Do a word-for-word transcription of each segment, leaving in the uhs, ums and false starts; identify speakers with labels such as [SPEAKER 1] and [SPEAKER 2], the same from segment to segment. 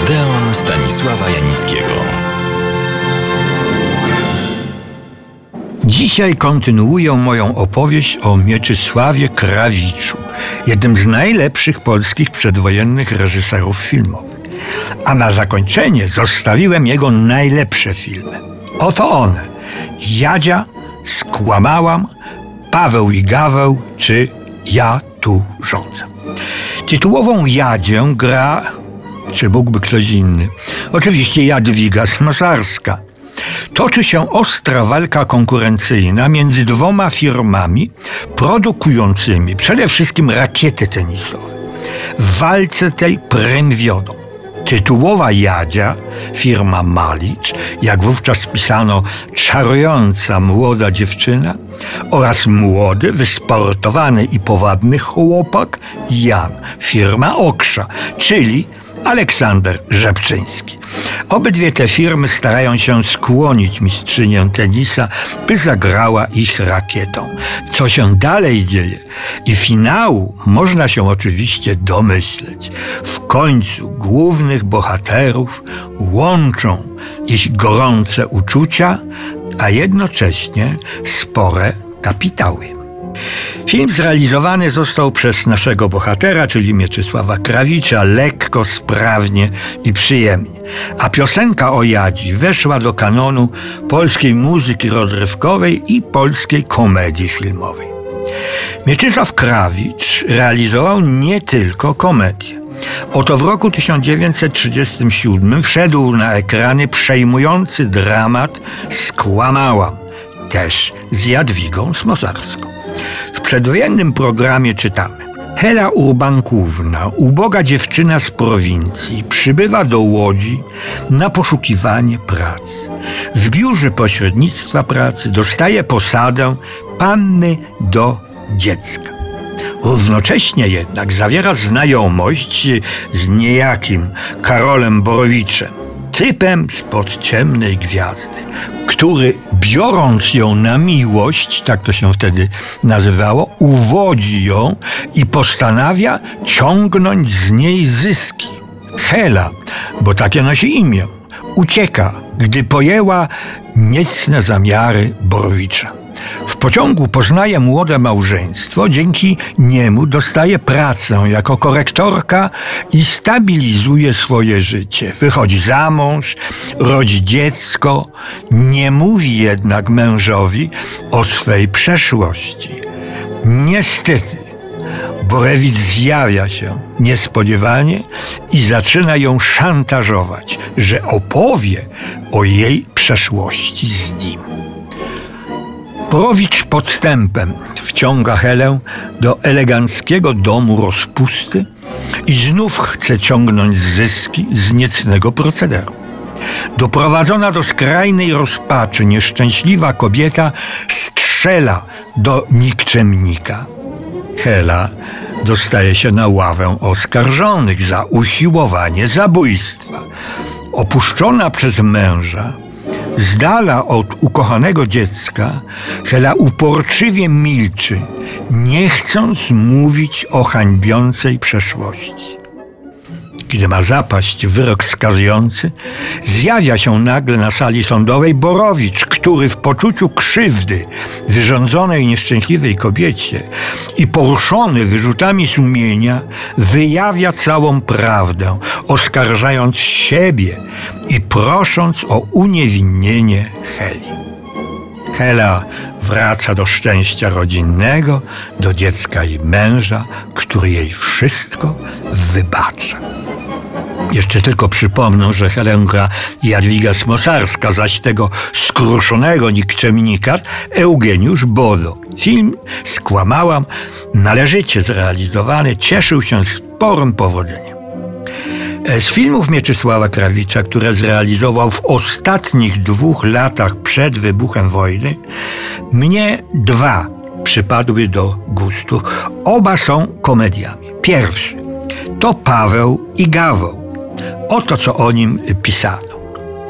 [SPEAKER 1] Odeon Stanisława Janickiego.
[SPEAKER 2] Dzisiaj kontynuuję moją opowieść o Mieczysławie Krawiczu, jednym z najlepszych polskich przedwojennych reżyserów filmowych. A na zakończenie zostawiłem jego najlepsze filmy. Oto one: Jadzia, Skłamałam, Paweł i Gaweł czy Ja tu rządzę. Tytułową Jadzię gra, czy mógłby ktoś inny, oczywiście Jadwiga Smosarska. Toczy się ostra walka konkurencyjna między dwoma firmami produkującymi przede wszystkim rakiety tenisowe. W walce tej prym wiodą tytułowa Jadzia, firma Malicz, jak wówczas pisano, czarująca młoda dziewczyna, oraz młody, wysportowany i powabny chłopak Jan, firma Oksza, czyli Aleksander Rzepczyński. Obydwie te firmy starają się skłonić mistrzynię tenisa, by zagrała ich rakietą. Co się dalej dzieje i finału można się oczywiście domyśleć. W końcu głównych bohaterów łączą ich gorące uczucia, a jednocześnie spore kapitały. Film zrealizowany został przez naszego bohatera, czyli Mieczysława Krawicza, lekko, sprawnie i przyjemnie. A piosenka o Jadzi weszła do kanonu polskiej muzyki rozrywkowej i polskiej komedii filmowej. Mieczysław Krawicz realizował nie tylko komedię. Oto w roku tysiąc dziewięćset trzydziestym siódmym wszedł na ekrany przejmujący dramat Skłamałam, też z Jadwigą Smosarską. W przedwojennym programie czytamy: Hela Urbankówna, uboga dziewczyna z prowincji, przybywa do Łodzi na poszukiwanie pracy. W biurze pośrednictwa pracy dostaje posadę panny do dziecka. Równocześnie jednak zawiera znajomość z niejakim Karolem Borowiczem, typem spod ciemnej gwiazdy, który, biorąc ją na miłość, tak to się wtedy nazywało, uwodzi ją i postanawia ciągnąć z niej zyski. Hela, bo takie nosi imię, ucieka, gdy pojęła niecne zamiary Borowicza. W pociągu poznaje młode małżeństwo, dzięki niemu dostaje pracę jako korektorka i stabilizuje swoje życie. Wychodzi za mąż, rodzi dziecko, nie mówi jednak mężowi o swej przeszłości. Niestety, Borewicz zjawia się niespodziewanie i zaczyna ją szantażować, że opowie o jej przeszłości z nim. Borowicz podstępem wciąga Helę do eleganckiego domu rozpusty i znów chce ciągnąć zyski z niecnego procederu. Doprowadzona do skrajnej rozpaczy nieszczęśliwa kobieta strzela do nikczemnika. Hela dostaje się na ławę oskarżonych za usiłowanie zabójstwa. Opuszczona przez męża, z dala od ukochanego dziecka, Hela uporczywie milczy, nie chcąc mówić o hańbiącej przeszłości. Gdy ma zapaść wyrok skazujący, zjawia się nagle na sali sądowej Borowicz, który w poczuciu krzywdy wyrządzonej nieszczęśliwej kobiecie i poruszony wyrzutami sumienia wyjawia całą prawdę, oskarżając siebie i prosząc o uniewinnienie Heli. Hela wraca do szczęścia rodzinnego, do dziecka i męża, który jej wszystko wybacza. Jeszcze tylko przypomnę, że Helę gra Jadwiga Smosarska, zaś tego skruszonego nikczemnika Eugeniusz Bodo. Film Skłamałam, należycie zrealizowany, cieszył się sporym powodzeniem. Z filmów Mieczysława Krawicza, które zrealizował w ostatnich dwóch latach przed wybuchem wojny, mnie dwa przypadły do gustu. Oba są komediami. Pierwszy to Paweł i Gaweł. Oto co o nim pisano.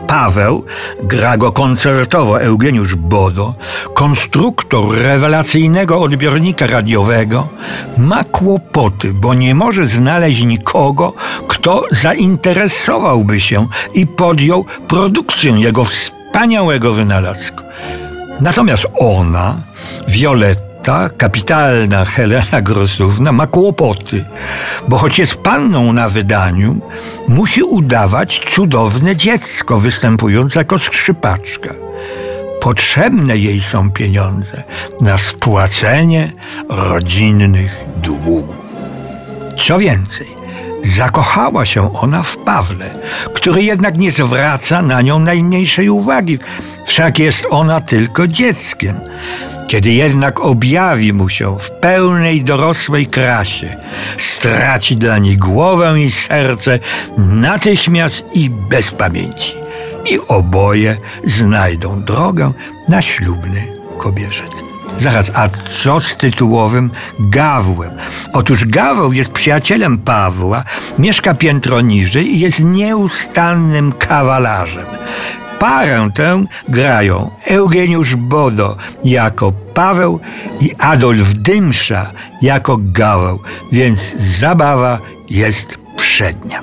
[SPEAKER 2] Paweł, gra go koncertowo Eugeniusz Bodo, konstruktor rewelacyjnego odbiornika radiowego, ma kłopoty, bo nie może znaleźć nikogo, kto zainteresowałby się i podjął produkcję jego wspaniałego wynalazku. Natomiast ona, Violetta, kapitalna Helena Grossówna, ma kłopoty, bo choć jest panną na wydaniu, musi udawać cudowne dziecko, występując jako skrzypaczka. Potrzebne jej są pieniądze na spłacenie rodzinnych długów. Co więcej, zakochała się ona w Pawle, który jednak nie zwraca na nią najmniejszej uwagi, wszak jest ona tylko dzieckiem. Kiedy jednak objawi mu się w pełnej dorosłej krasie, straci dla niej głowę i serce natychmiast i bez pamięci. I oboje znajdą drogę na ślubny kobierzec. Zaraz, a co z tytułowym Gawłem? Otóż Gaweł jest przyjacielem Pawła, mieszka piętro niżej i jest nieustannym kawalarzem. Parę tę grają Eugeniusz Bodo jako Paweł i Adolf Dymsza jako Gaweł, więc zabawa jest przednia.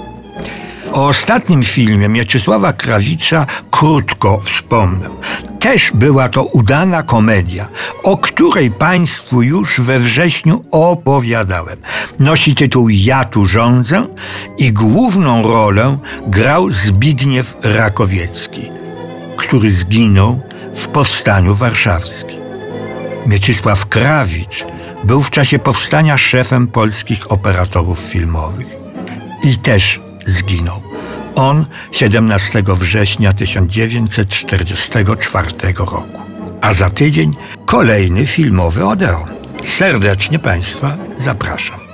[SPEAKER 2] O ostatnim filmie Mieczysława Krawicza krótko wspomnę. Też była to udana komedia, o której Państwu już we wrześniu opowiadałem. Nosi tytuł Ja tu rządzę i główną rolę grał Zbigniew Rakowiecki, który zginął w Powstaniu Warszawskim. Mieczysław Krawicz był w czasie powstania szefem polskich operatorów filmowych i też zginął. On siedemnastego września tysiąc dziewięćset czterdziestego czwartego roku. A za tydzień kolejny filmowy Odeon. Serdecznie Państwa zapraszam.